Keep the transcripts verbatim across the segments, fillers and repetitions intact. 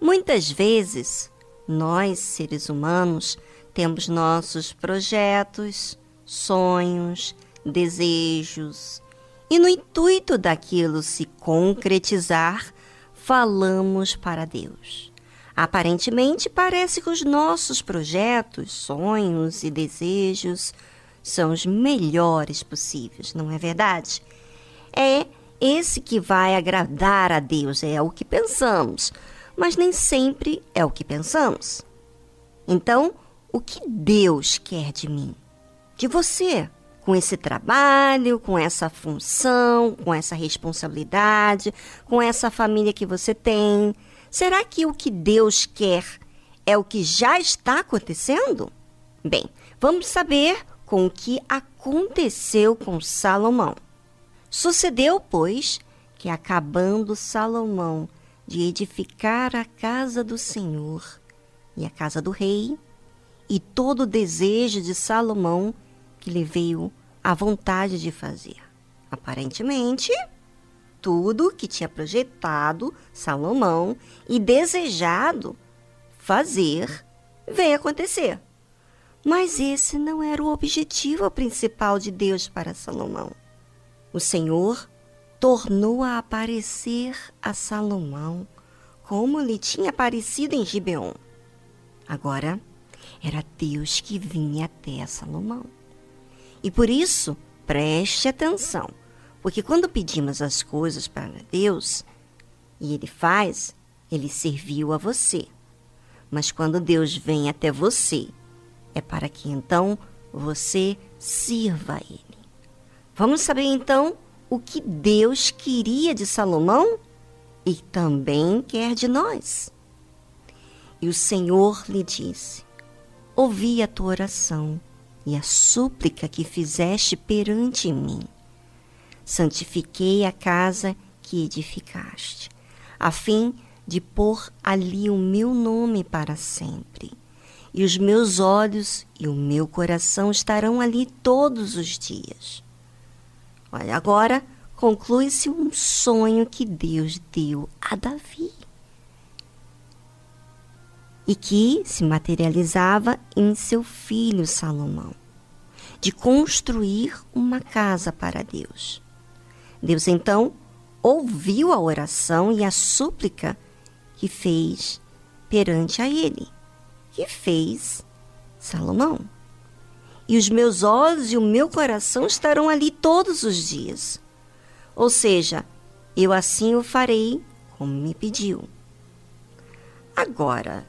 Muitas vezes, nós, seres humanos, temos nossos projetos, sonhos, desejos, e no intuito daquilo se concretizar, falamos para Deus. Aparentemente, parece que os nossos projetos, sonhos e desejos são os melhores possíveis, não é verdade? É esse que vai agradar a Deus, é o que pensamos, mas nem sempre é o que pensamos. Então, o que Deus quer de mim, de você, com esse trabalho, com essa função, com essa responsabilidade, com essa família que você tem? Será que o que Deus quer é o que já está acontecendo? Bem, vamos saber com o que aconteceu com Salomão. Sucedeu, pois, que acabando Salomão de edificar a casa do Senhor e a casa do rei, e todo o desejo de Salomão que lhe veio à vontade de fazer. Aparentemente, tudo que tinha projetado Salomão e desejado fazer veio acontecer. Mas esse não era o objetivo principal de Deus para Salomão. O Senhor tornou a aparecer a Salomão como lhe tinha aparecido em Gibeon. Agora, era Deus que vinha até Salomão. E por isso, preste atenção, porque quando pedimos as coisas para Deus, e Ele faz, Ele serviu a você. Mas quando Deus vem até você, é para que então você sirva a Ele. Vamos saber então o que Deus queria de Salomão e também quer de nós. E o Senhor lhe disse: ouvi a tua oração e a súplica que fizeste perante mim. Santifiquei a casa que edificaste, a fim de pôr ali o meu nome para sempre. E os meus olhos e o meu coração estarão ali todos os dias. Olha, agora conclui-se um sonho que Deus deu a Davi e que se materializava em seu filho Salomão, de construir uma casa para Deus. Deus, então, ouviu a oração e a súplica que fez perante a ele, que fez Salomão. E os meus olhos e o meu coração estarão ali todos os dias. Ou seja, eu assim o farei como me pediu. Agora,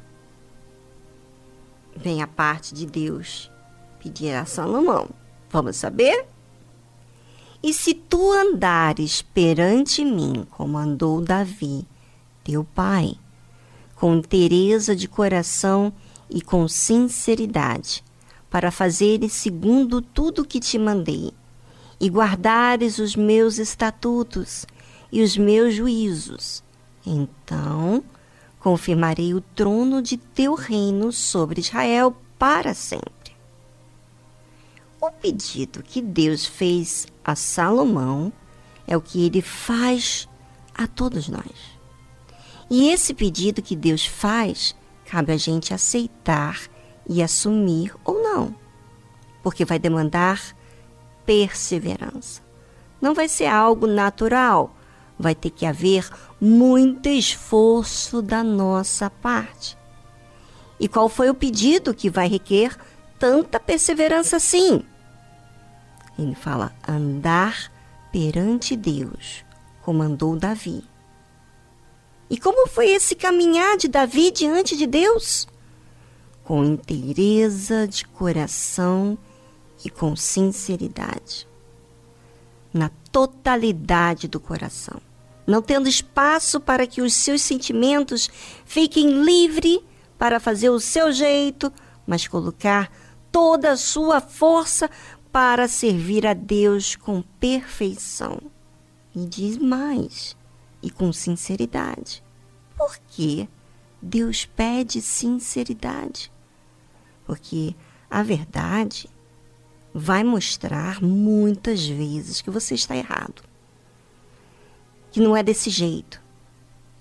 vem a parte de Deus pedir a Salomão. Vamos saber? E se tu andares perante mim, como andou Davi, teu pai, com inteireza de coração e com sinceridade, para fazeres segundo tudo que te mandei, e guardares os meus estatutos e os meus juízos, então confirmarei o trono de teu reino sobre Israel para sempre. O pedido que Deus fez a Salomão é o que ele faz a todos nós. E esse pedido que Deus faz, cabe a gente aceitar e assumir ou não, porque vai demandar perseverança. Não vai ser algo natural, vai ter que haver muito esforço da nossa parte. E qual foi o pedido que vai requer tanta perseverança assim? Ele fala, andar perante Deus, como andou Davi. E como foi esse caminhar de Davi diante de Deus? Com inteireza de coração e com sinceridade. Na totalidade do coração. Não tendo espaço para que os seus sentimentos fiquem livres para fazer o seu jeito, mas colocar toda a sua força para servir a Deus com perfeição. E diz mais, e com sinceridade. Por quê? Deus pede sinceridade. Porque a verdade vai mostrar muitas vezes que você está errado. Que não é desse jeito.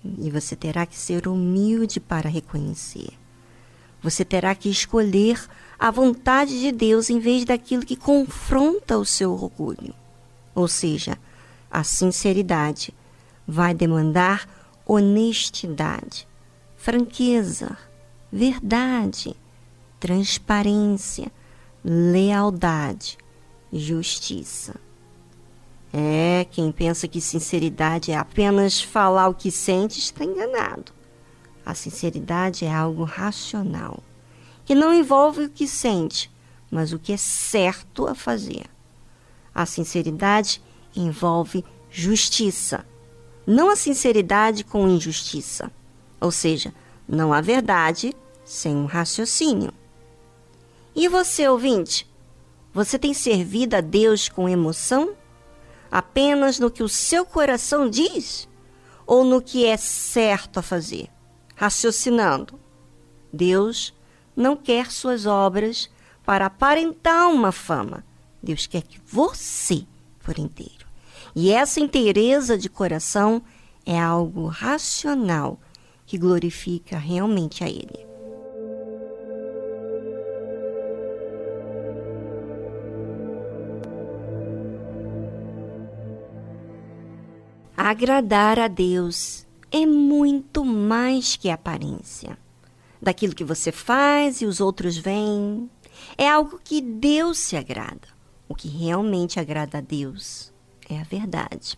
E você terá que ser humilde para reconhecer. Você terá que escolher a vontade de Deus em vez daquilo que confronta o seu orgulho. Ou seja, a sinceridade vai demandar honestidade, franqueza, verdade, transparência, lealdade, justiça. É, quem pensa que sinceridade é apenas falar o que sente está enganado. A sinceridade é algo racional, que não envolve o que sente, mas o que é certo a fazer. A sinceridade envolve justiça, não a sinceridade com injustiça. Ou seja, não há verdade sem um raciocínio. E você, ouvinte? Você tem servido a Deus com emoção? Apenas no que o seu coração diz? Ou no que é certo a fazer? Raciocinando. Deus não quer suas obras para aparentar uma fama. Deus quer que você for inteiro. E essa inteireza de coração é algo racional que glorifica realmente a Ele. Agradar a Deus é muito mais que aparência. Daquilo que você faz e os outros veem, é algo que Deus se agrada. O que realmente agrada a Deus é a verdade.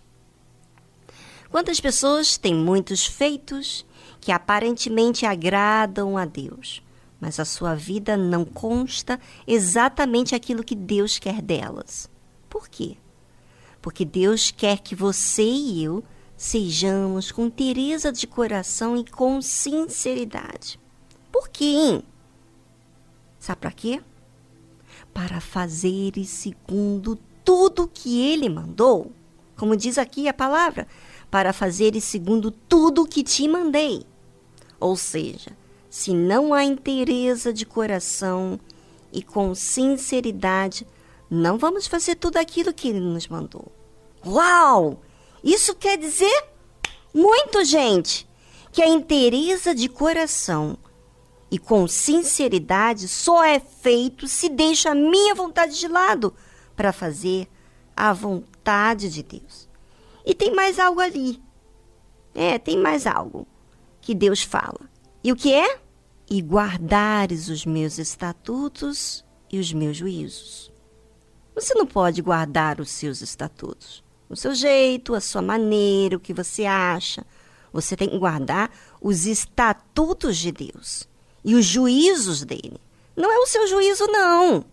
Quantas pessoas têm muitos feitos que aparentemente agradam a Deus, mas a sua vida não consta exatamente aquilo que Deus quer delas. Por quê? Porque Deus quer que você e eu sejamos com inteireza de coração e com sinceridade. Por quê, hein? Sabe para quê? Para fazeres segundo tudo que Ele mandou. Como diz aqui a palavra, para fazeres segundo tudo que te mandei. Ou seja, se não há inteireza de coração e com sinceridade, não vamos fazer tudo aquilo que Ele nos mandou. Uau! Isso quer dizer muito, gente, que a inteireza de coração e com sinceridade só é feito se deixa a minha vontade de lado para fazer a vontade de Deus. E tem mais algo ali. É, tem mais algo que Deus fala. E o que é? E guardares os meus estatutos e os meus juízos. Você não pode guardar os seus estatutos, o seu jeito, a sua maneira, o que você acha. Você tem que guardar os estatutos de Deus e os juízos dele. Não é o seu juízo, não.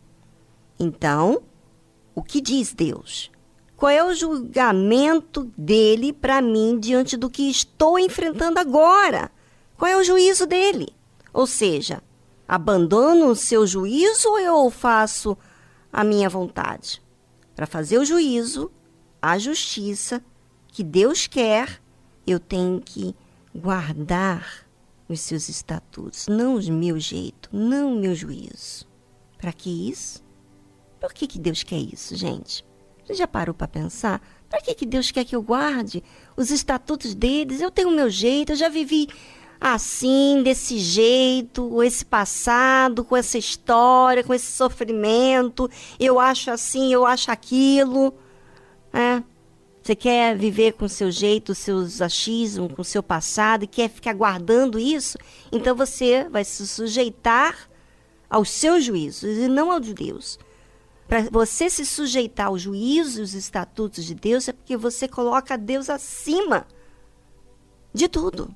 Então, o que diz Deus? Qual é o julgamento dele para mim diante do que estou enfrentando agora? Qual é o juízo dele? Ou seja, abandono o seu juízo ou eu faço a minha vontade? Para fazer o juízo, a justiça que Deus quer, eu tenho que guardar os seus estatutos, não o meu jeito, não o meu juízo. Para que isso? Por que, que Deus quer isso, gente? Você já parou para pensar? Para que, que Deus quer que eu guarde os estatutos deles? Eu tenho o meu jeito, eu já vivi assim, desse jeito, esse passado, com essa história, com esse sofrimento. Eu acho assim, eu acho aquilo. É. Você quer viver com o seu jeito, os seus achismos, com o seu passado e quer ficar guardando isso? Então você vai se sujeitar aos seus juízos e não ao de Deus. Para você se sujeitar aos juízos e os estatutos de Deus é porque você coloca Deus acima de tudo.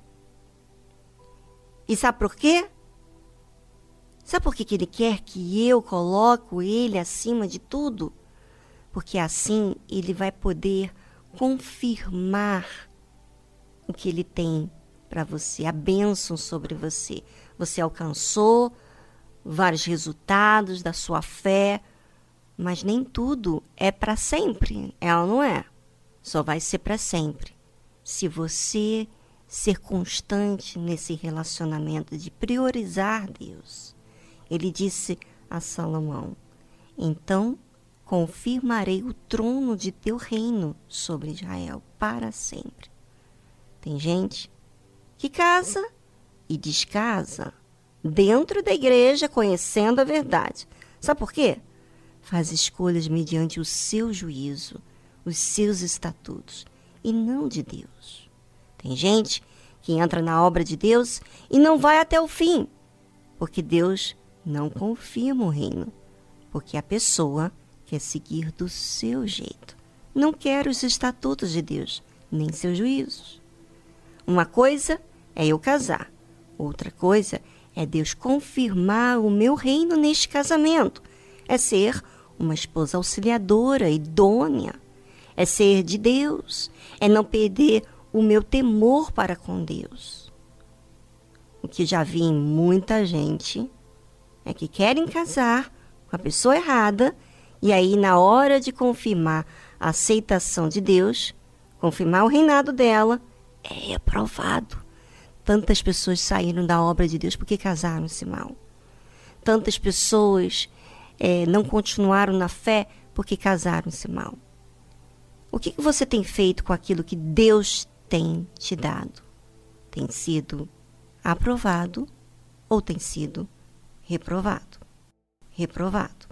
E sabe por quê? Sabe por que que Ele quer que eu coloque Ele acima de tudo? Porque assim Ele vai poder confirmar o que Ele tem para você, a bênção sobre você. Você alcançou vários resultados da sua fé, mas nem tudo é para sempre. Ela não é. Só vai ser para sempre. Se você ser constante nesse relacionamento de priorizar Deus. Ele disse a Salomão: então confirmarei o trono de teu reino sobre Israel para sempre. Tem gente que casa e descasa dentro da igreja, conhecendo a verdade. Sabe por quê? Faz escolhas mediante o seu juízo, os seus estatutos, e não de Deus. Tem gente que entra na obra de Deus e não vai até o fim, porque Deus não confirma o reino, porque a pessoa quer seguir do seu jeito, não quer os estatutos de Deus, nem seus juízos. Uma coisa é eu casar, outra coisa é Deus confirmar o meu reino neste casamento, é ser uma esposa auxiliadora, idônea, é ser de Deus, é não perder o meu temor para com Deus. O que já vi em muita gente é que querem casar com a pessoa errada e aí na hora de confirmar a aceitação de Deus, confirmar o reinado dela, é reprovado. Tantas pessoas saíram da obra de Deus porque casaram-se mal. Tantas pessoas é, não continuaram na fé porque casaram-se mal. O que, que você tem feito com aquilo que Deus tem te dado? Tem sido aprovado ou tem sido reprovado? Reprovado.